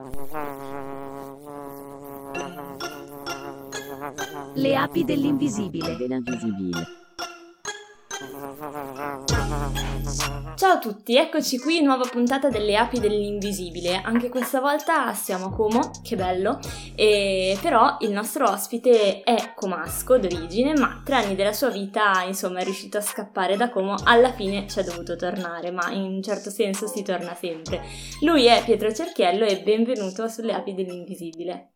Le api dell'invisibile. Ciao a tutti, eccoci qui, nuova puntata delle api dell'invisibile. Anche questa volta siamo a Como, che bello, e però il nostro ospite è comasco d'origine, ma 3 anni della sua vita, insomma, è riuscito a scappare da Como, alla fine ci è dovuto tornare, ma in un certo senso si torna sempre. Lui è Pietro Cerchiello e benvenuto sulle api dell'invisibile.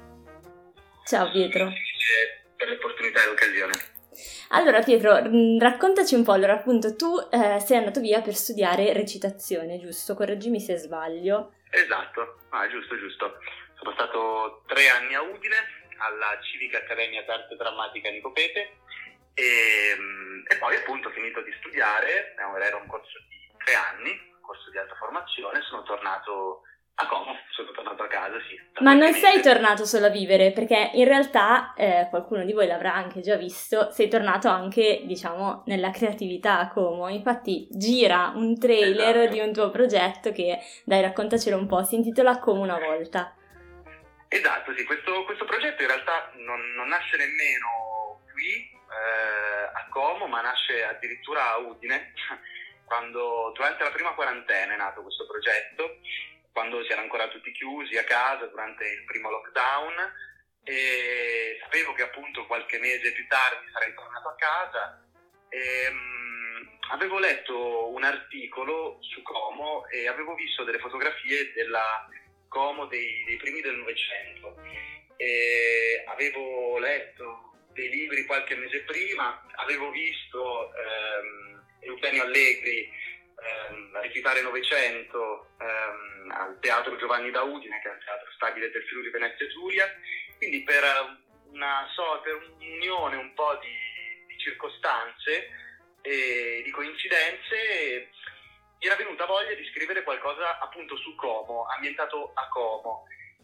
Ciao Pietro. Grazie per l'opportunità e l'occasione. Allora Pietro, raccontaci un po', allora appunto tu sei andato via per studiare recitazione, giusto? Correggimi se sbaglio. Esatto, giusto. Sono stato 3 anni a Udine, alla Civica Accademia d'Arte Drammatica Nicopete e poi appunto ho finito di studiare, era un corso di 3 anni, un corso di alta formazione, sono tornato a Como, sono tornato a casa, sì. Ma non sei tornato solo a vivere, perché in realtà qualcuno di voi l'avrà anche già visto, sei tornato anche, diciamo, nella creatività a Como. Infatti gira un trailer Esatto. di un tuo progetto che, dai, raccontacelo un po', si intitola Come una volta. Esatto, sì, questo progetto in realtà non nasce nemmeno qui a Como, ma nasce addirittura a Udine, quando durante la prima quarantena è nato questo progetto, quando si era ancora tutti chiusi a casa durante il primo lockdown, e sapevo che appunto qualche mese più tardi sarei tornato a casa e avevo letto un articolo su Como e avevo visto delle fotografie della Como dei primi del Novecento e avevo letto dei libri qualche mese prima, avevo visto Eugenio Allegri recitare Novecento al Teatro Giovanni da Udine, che è il teatro stabile del Friuli Venezia Giulia, quindi per un'unione un po' di circostanze e di coincidenze mi era venuta voglia di scrivere qualcosa appunto su Como, ambientato a Como.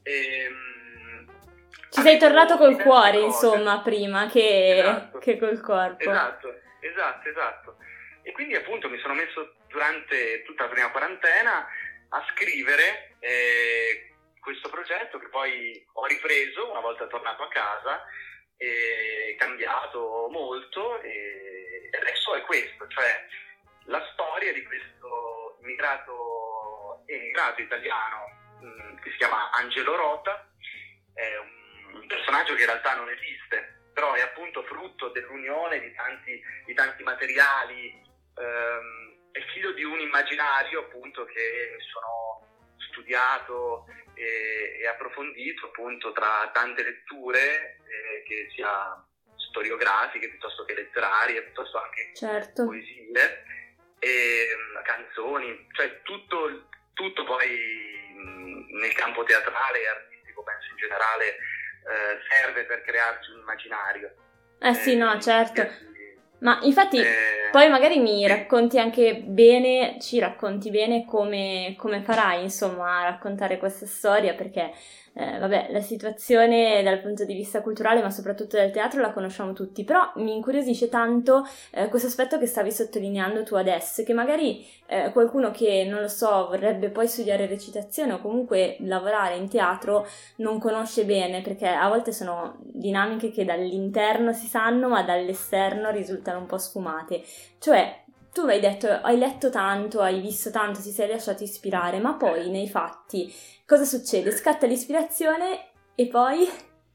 Ci sei tornato col cuore, cose. insomma, prima che, Esatto. che col corpo. Esatto. E quindi appunto mi sono messo durante tutta la prima quarantena a scrivere questo progetto che poi ho ripreso una volta tornato a casa e cambiato molto e adesso è questo, cioè la storia di questo emigrato italiano che si chiama Angelo Rota, è un personaggio che in realtà non esiste, però è appunto frutto dell'unione di tanti materiali, è figlio di un immaginario appunto che sono studiato e approfondito appunto tra tante letture che sia storiografiche piuttosto che letterarie, piuttosto anche Certo. poesie e canzoni, cioè tutto poi nel campo teatrale e artistico penso in generale serve per crearsi un immaginario. Sì, no, certo. Ma infatti poi magari mi racconti anche bene, ci racconti bene come farai, insomma, a raccontare questa storia, perché vabbè, la situazione dal punto di vista culturale, ma soprattutto del teatro, la conosciamo tutti, però mi incuriosisce tanto questo aspetto che stavi sottolineando tu adesso, che magari qualcuno che, non lo so, vorrebbe poi studiare recitazione o comunque lavorare in teatro non conosce bene, perché a volte sono dinamiche che dall'interno si sanno, ma dall'esterno risultano un po' sfumate. Cioè, tu hai detto, hai letto tanto, hai visto tanto, ti sei lasciato ispirare, ma poi nei fatti cosa succede? Scatta l'ispirazione e poi?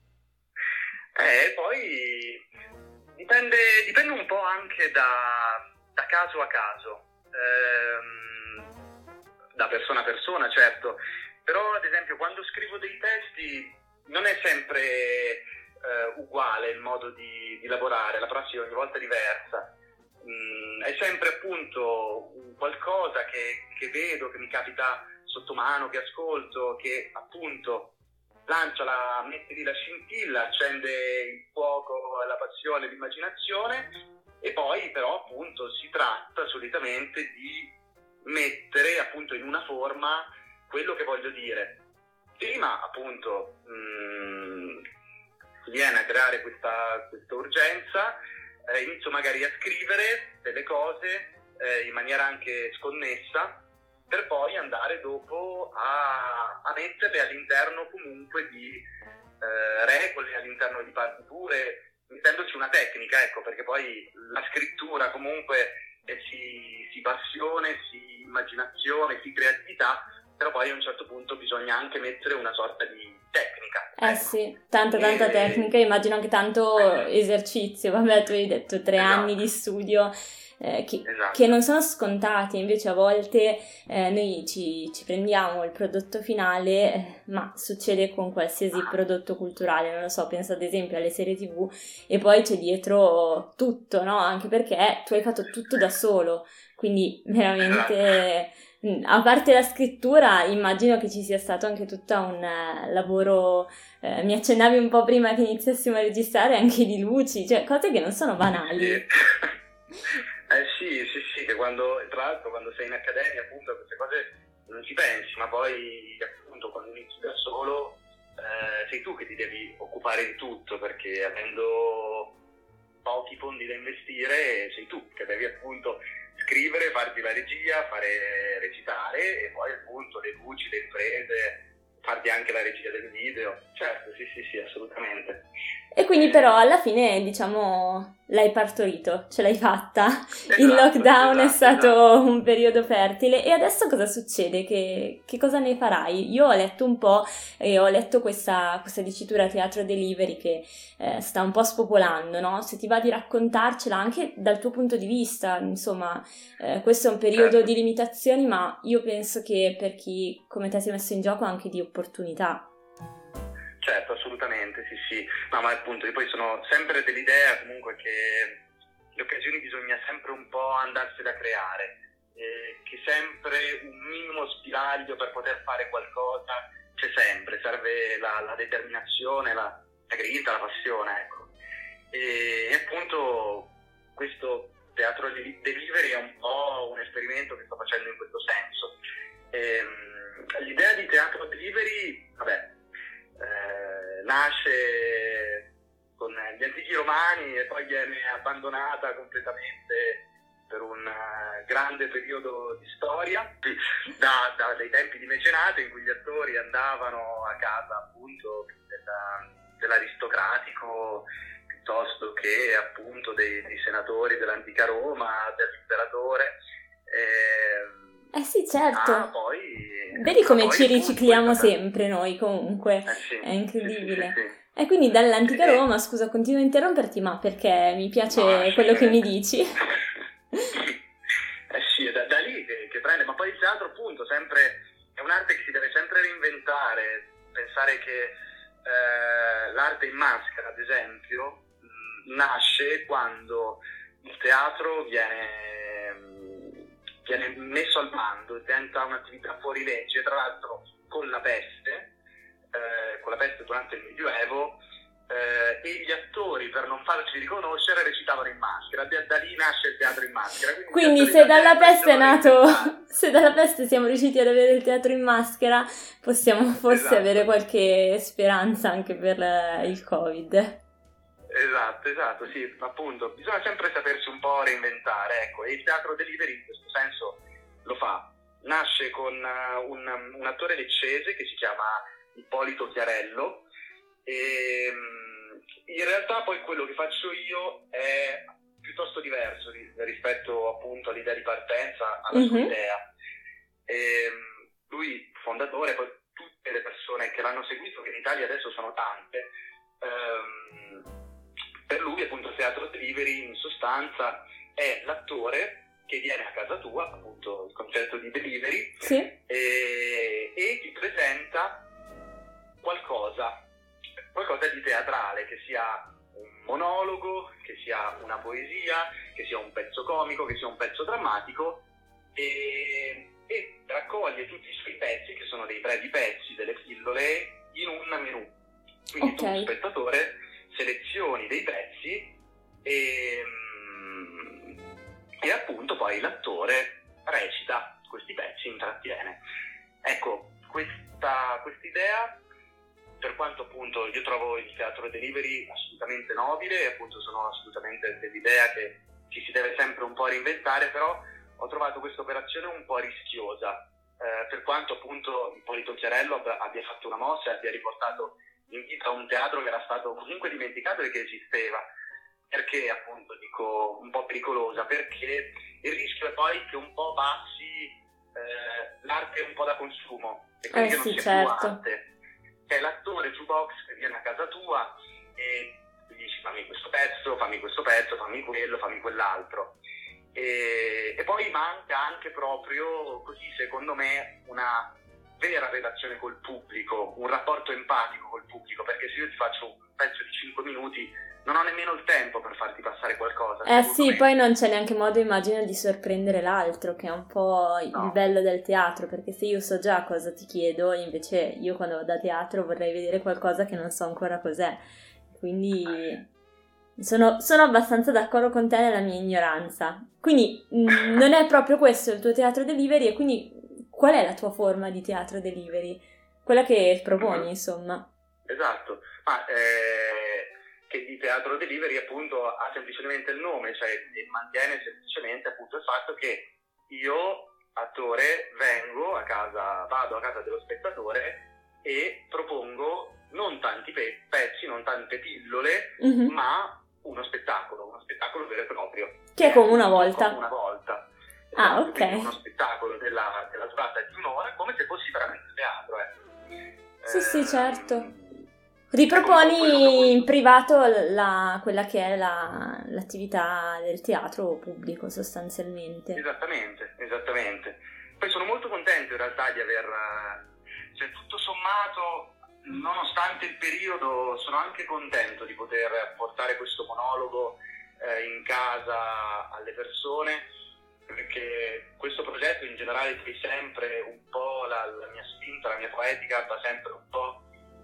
Poi dipende un po' anche da caso a caso, da persona a persona, certo, però ad esempio quando scrivo dei testi non è sempre uguale il modo di lavorare, la prassi ogni volta è diversa. È sempre appunto qualcosa che vedo, che mi capita sotto mano, che ascolto, che appunto mette lì la scintilla, accende il fuoco, la passione, l'immaginazione e poi però appunto si tratta solitamente di mettere appunto in una forma quello che voglio dire. Prima appunto si viene a creare questa urgenza, inizio magari a scrivere delle cose in maniera anche sconnessa per poi andare dopo a metterle all'interno comunque di regole, all'interno di partiture, mettendoci una tecnica, ecco, perché poi la scrittura comunque si passione, si immaginazione, si creatività, però poi a un certo punto bisogna anche mettere una sorta di tecnica. Ecco. Sì, tanta tecnica, immagino anche tanto esercizio, vabbè, tu hai detto 3 anni di studio, che non sono scontati, invece a volte noi ci prendiamo il prodotto finale, ma succede con qualsiasi prodotto culturale, non lo so, penso ad esempio alle serie TV e poi c'è dietro tutto, no? Anche perché tu hai fatto tutto da solo, quindi veramente, a parte la scrittura, immagino che ci sia stato anche tutto un lavoro, mi accennavi un po' prima che iniziassimo a registrare, anche di luci, cioè cose che non sono banali. Sì, che tra l'altro quando sei in accademia appunto queste cose non ci pensi, ma poi appunto quando inizi da solo sei tu che ti devi occupare di tutto, perché avendo pochi fondi da investire sei tu che devi appunto scrivere, farti la regia, fare recitare e poi appunto le luci, le riprese, farti anche la regia del video. Certo, sì, assolutamente. E quindi però alla fine, diciamo, l'hai partorito, ce l'hai fatta. Esatto, Il lockdown è stato un periodo fertile. E adesso cosa succede? Che cosa ne farai? Io ho letto un po' e ho letto questa dicitura Teatro Delivery che sta un po' spopolando, no? Se ti va di raccontarcela anche dal tuo punto di vista, insomma, questo è un periodo di limitazioni, ma io penso che per chi come te si è messo in gioco anche di opportunità. Certo, assolutamente, sì. No, ma appunto io poi sono sempre dell'idea comunque che le occasioni bisogna sempre un po' andarsene a creare, che sempre un minimo spiraglio per poter fare qualcosa c'è sempre, serve la determinazione, la grinta, la passione, ecco. E appunto questo Teatro Delivery è un po' un esperimento che sto facendo in questo senso. L'idea di Teatro Delivery, nasce con gli antichi romani e poi viene abbandonata completamente per un grande periodo di storia, dai tempi di Mecenate, in cui gli attori andavano a casa appunto dell'aristocratico piuttosto che appunto dei senatori dell'antica Roma, dell'imperatore. Sì, certo. Poi vedi come ci ricicliamo sempre noi comunque, è incredibile. Sì. E quindi dall'antica Roma, scusa, continuo a interromperti, ma perché mi piace quello che mi dici. Sì, è da lì che prende, ma poi il teatro appunto sempre è un'arte che si deve sempre reinventare, pensare che l'arte in maschera, ad esempio, nasce quando il teatro viene messo al bando, diventa un'attività fuori legge, tra l'altro con la peste durante il Medioevo, e gli attori, per non farci riconoscere, recitavano in maschera. Da lì nasce il teatro in maschera. Quindi se dalla peste è nato, se dalla peste siamo riusciti ad avere il teatro in maschera, possiamo forse avere qualche speranza anche per il Covid. Esatto, sì, appunto, bisogna sempre sapersi un po' reinventare, ecco, e il Teatro Delivery in questo senso lo fa. Nasce con un attore leccese che si chiama Ippolito Chiarello e in realtà poi quello che faccio io è piuttosto diverso rispetto appunto all'idea di partenza, alla sua idea. Lui, fondatore, poi tutte le persone che l'hanno seguito, che in Italia adesso sono tante, per lui appunto Teatro Delivery in sostanza è l'attore che viene a casa tua, appunto il concetto di delivery, e ti presenta qualcosa di teatrale, che sia un monologo, che sia una poesia, che sia un pezzo comico, che sia un pezzo drammatico, e raccoglie tutti i suoi pezzi, che sono dei brevi pezzi, delle pillole, in un menù. Quindi tu, spettatore, selezioni dei pezzi e appunto poi l'attore recita questi pezzi, intrattiene. Ecco, questa idea, per quanto appunto io trovo il Teatro Delivery assolutamente nobile, e appunto sono assolutamente dell'idea che ci si deve sempre un po' reinventare, però ho trovato questa operazione un po' rischiosa, per quanto appunto Ippolito Chiarello abbia fatto una mossa e abbia riportato in vita un teatro che era stato comunque dimenticato e che esisteva. Perché appunto dico un po' pericolosa? Perché il rischio è poi che un po' passi l'arte un po' da consumo e quindi che non sia più arte. C'è l'attore jukebox che viene a casa tua e ti dici fammi questo pezzo, fammi quello, fammi quell'altro. E poi manca anche proprio così, secondo me, una vera relazione col pubblico, un rapporto empatico col pubblico, perché se io ti faccio un pezzo di 5 minuti non ho nemmeno il tempo per farti passare qualcosa. Sì, poi non c'è neanche modo, immagino, di sorprendere l'altro, che è un po' il bello del teatro, perché se io so già cosa ti chiedo, invece io quando vado a teatro vorrei vedere qualcosa che non so ancora cos'è, quindi sono abbastanza d'accordo con te nella mia ignoranza. Quindi non è proprio questo il tuo teatro delivery, e quindi qual è la tua forma di teatro delivery? Quella che proponi, insomma. Esatto, ma che di teatro delivery appunto ha semplicemente il nome, cioè mantiene semplicemente appunto il fatto che io, attore, vado a casa dello spettatore e propongo non tanti pezzi, non tante pillole, ma uno spettacolo vero e proprio. Che è come una volta. Come una volta. Ah, ok. Quindi uno spettacolo della durata di un'ora, come se fossi veramente teatro. Sì, certo. Riproponi in privato quella che è l'attività del teatro pubblico, sostanzialmente. Esattamente. Poi sono molto contento in realtà di cioè tutto sommato, nonostante il periodo, sono anche contento di poter portare questo monologo in casa alle persone, perché questo progetto in generale poi sempre un po' la mia spinta, la mia poetica va sempre un po'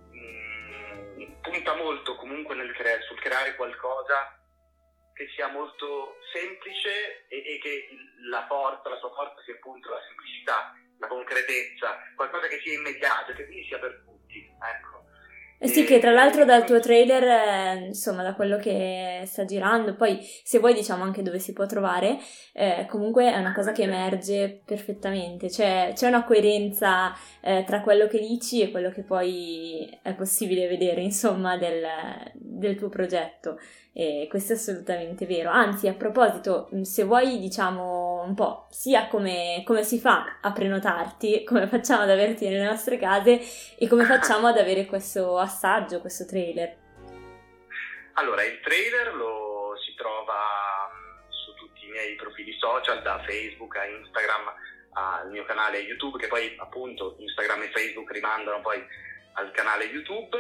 punta molto comunque sul creare qualcosa che sia molto semplice e che la sua forza sia appunto la semplicità, la concretezza, qualcosa che sia immediato e che quindi sia per tutti, ecco. Sì, che tra l'altro dal tuo trailer, insomma, da quello che sta girando, poi se vuoi diciamo anche dove si può trovare, comunque è una cosa che emerge perfettamente, c'è una coerenza tra quello che dici e quello che poi è possibile vedere, insomma, del tuo progetto. E questo è assolutamente vero. Anzi, a proposito, se vuoi diciamo un po' sia come si fa a prenotarti, come facciamo ad averti nelle nostre case e come facciamo ad avere questo assaggio, questo trailer. Allora, il trailer lo si trova su tutti i miei profili social, da Facebook a Instagram al mio canale YouTube, che poi appunto Instagram e Facebook rimandano poi al canale YouTube.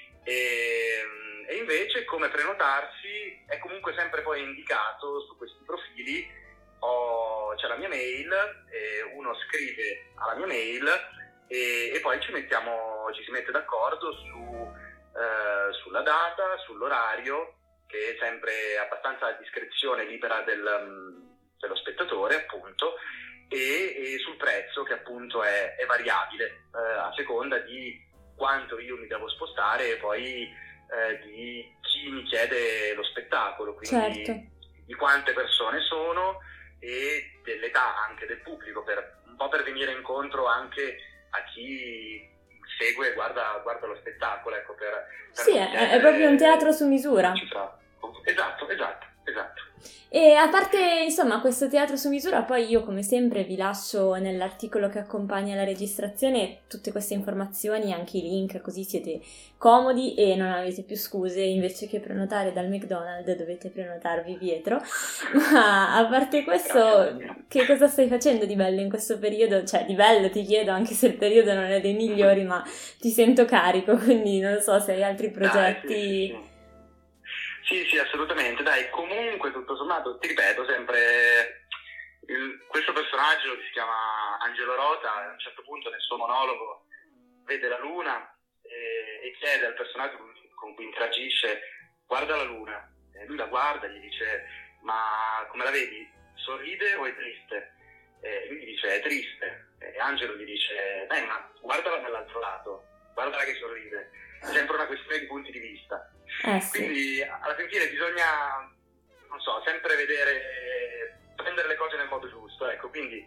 E invece come prenotarsi è comunque sempre poi indicato su questi profili, c'è la mia mail, uno scrive alla mia mail e poi ci si mette d'accordo sulla data, sull'orario, che è sempre abbastanza a discrezione libera dello spettatore appunto, e sul prezzo, che appunto è variabile a seconda di quanto io mi devo spostare e poi di chi mi chiede lo spettacolo, quindi certo, di quante persone sono e dell'età anche del pubblico, un po' per venire incontro anche a chi segue e guarda lo spettacolo, ecco, per sì, è proprio un teatro su misura. Esatto. E a parte insomma questo teatro su misura, poi io come sempre vi lascio nell'articolo che accompagna la registrazione tutte queste informazioni, anche i link, così siete comodi e non avete più scuse, invece che prenotare dal McDonald's dovete prenotarvi dietro. Ma a parte questo, che cosa stai facendo di bello in questo periodo? Cioè di bello ti chiedo, anche se il periodo non è dei migliori, ma ti sento carico, quindi non so se hai altri progetti. Sì, assolutamente. Dai, comunque tutto sommato, ti ripeto sempre, questo personaggio che si chiama Angelo Rota, a un certo punto nel suo monologo vede la luna e chiede al personaggio con cui interagisce: guarda la luna. E lui la guarda e gli dice: ma come la vedi? Sorride o è triste? E lui gli dice: è triste. E Angelo gli dice: ma guardala dall'altro lato, guardala che sorride. È sempre una questione di punti di vista. Sì. Quindi alla fine bisogna, non so, sempre prendere le cose nel modo giusto, ecco. Quindi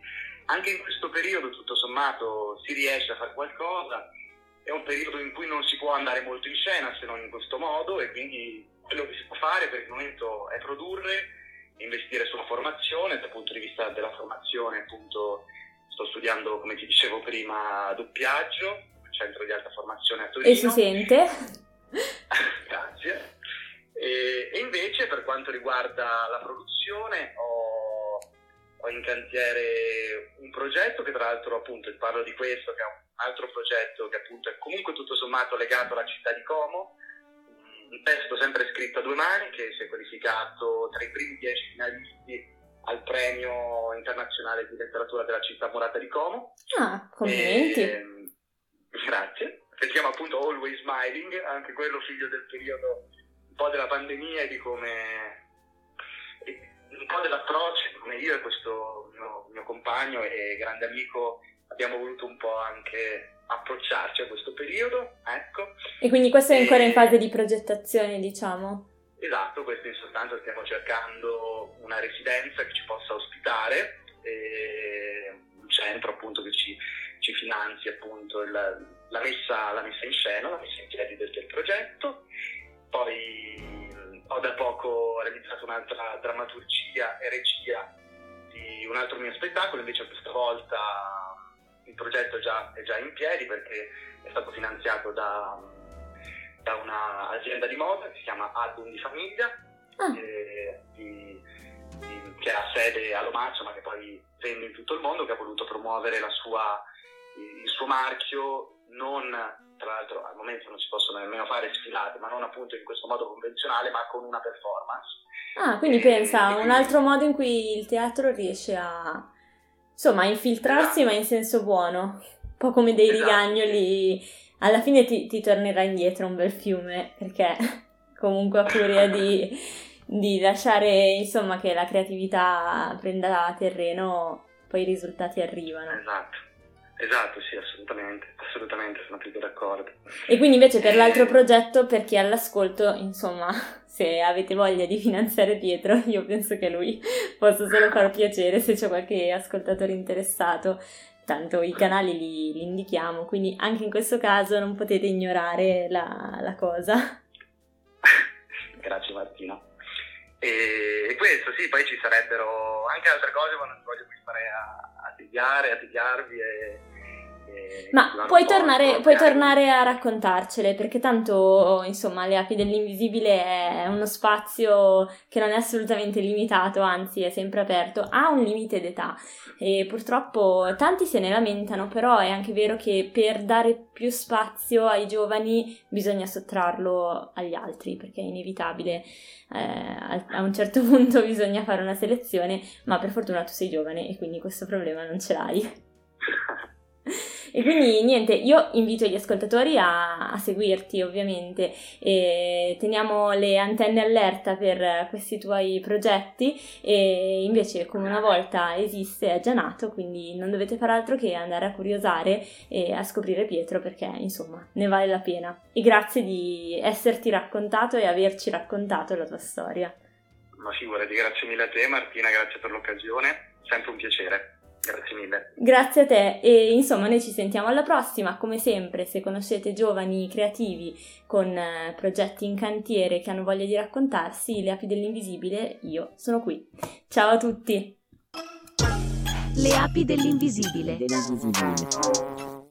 anche in questo periodo tutto sommato si riesce a fare qualcosa. È un periodo in cui non si può andare molto in scena se non in questo modo, e quindi quello che si può fare per il momento è produrre, investire sulla formazione. Dal punto di vista della formazione, appunto, sto studiando, come ti dicevo prima, doppiaggio al centro di alta formazione a Torino. E si sente? Grazie. E invece per quanto riguarda la produzione ho in cantiere un progetto che, tra l'altro, appunto, parlo di questo, che è un altro progetto che appunto è comunque tutto sommato legato alla città di Como, un testo sempre scritto a due mani che si è qualificato tra i primi 10 finalisti al premio internazionale di letteratura della città murata di Como. Ah, complimenti. Grazie. Che si chiama appunto Always Smiling, anche quello figlio del periodo un po' della pandemia e di come un po' dell'approccio, come io e questo mio compagno e grande amico abbiamo voluto un po' anche approcciarci a questo periodo, ecco. E quindi questo è ancora in fase di progettazione, diciamo? Esatto, questo in sostanza stiamo cercando una residenza che ci possa ospitare, un centro appunto che ci finanzi appunto la messa in scena, la messa in piedi del progetto. Poi ho da poco realizzato un'altra drammaturgia e regia di un altro mio spettacolo, invece questa volta il progetto è già in piedi perché è stato finanziato da una azienda di moda che si chiama Album di Famiglia, che ha sede a Lomazzo ma che poi vende in tutto il mondo, che ha voluto promuovere il suo marchio, non, tra l'altro al momento non si possono nemmeno fare sfilate, ma non appunto in questo modo convenzionale, ma con una performance. Ah, quindi pensa, un altro modo in cui il teatro riesce a, insomma, infiltrarsi, esatto, ma in senso buono, un po' come dei rigagnoli, alla fine ti tornerà indietro un bel fiume, perché comunque a furia di lasciare, insomma, che la creatività prenda terreno, poi i risultati arrivano. Esatto, sì, assolutamente, sono più che d'accordo. E quindi invece per l'altro progetto, per chi è all'ascolto, insomma, se avete voglia di finanziare Pietro, io penso che lui possa solo far piacere se c'è qualche ascoltatore interessato, tanto i canali li indichiamo, quindi anche in questo caso non potete ignorare la cosa. Grazie Martina. E questo sì, poi ci sarebbero anche altre cose, ma non voglio qui stare a tediarvi ma puoi tornare a raccontarcele, perché tanto, insomma, Le Api dell'Invisibile è uno spazio che non è assolutamente limitato, anzi è sempre aperto, ha un limite d'età e purtroppo tanti se ne lamentano, però è anche vero che per dare più spazio ai giovani bisogna sottrarlo agli altri, perché è inevitabile, a un certo punto bisogna fare una selezione, ma per fortuna tu sei giovane e quindi questo problema non ce l'hai. E quindi niente, io invito gli ascoltatori a seguirti ovviamente, e teniamo le antenne allerta per questi tuoi progetti, e invece come una volta esiste è già nato, quindi non dovete fare altro che andare a curiosare e a scoprire Pietro, perché insomma ne vale la pena. E grazie di esserti raccontato e averci raccontato la tua storia. Ma figurati, grazie mille a te Martina, grazie per l'occasione, sempre un piacere. Grazie mille. Grazie a te e insomma noi ci sentiamo alla prossima. Come sempre, se conoscete giovani creativi con progetti in cantiere che hanno voglia di raccontarsi, Le Api dell'Invisibile, io sono qui. Ciao a tutti. Le Api dell'Invisibile.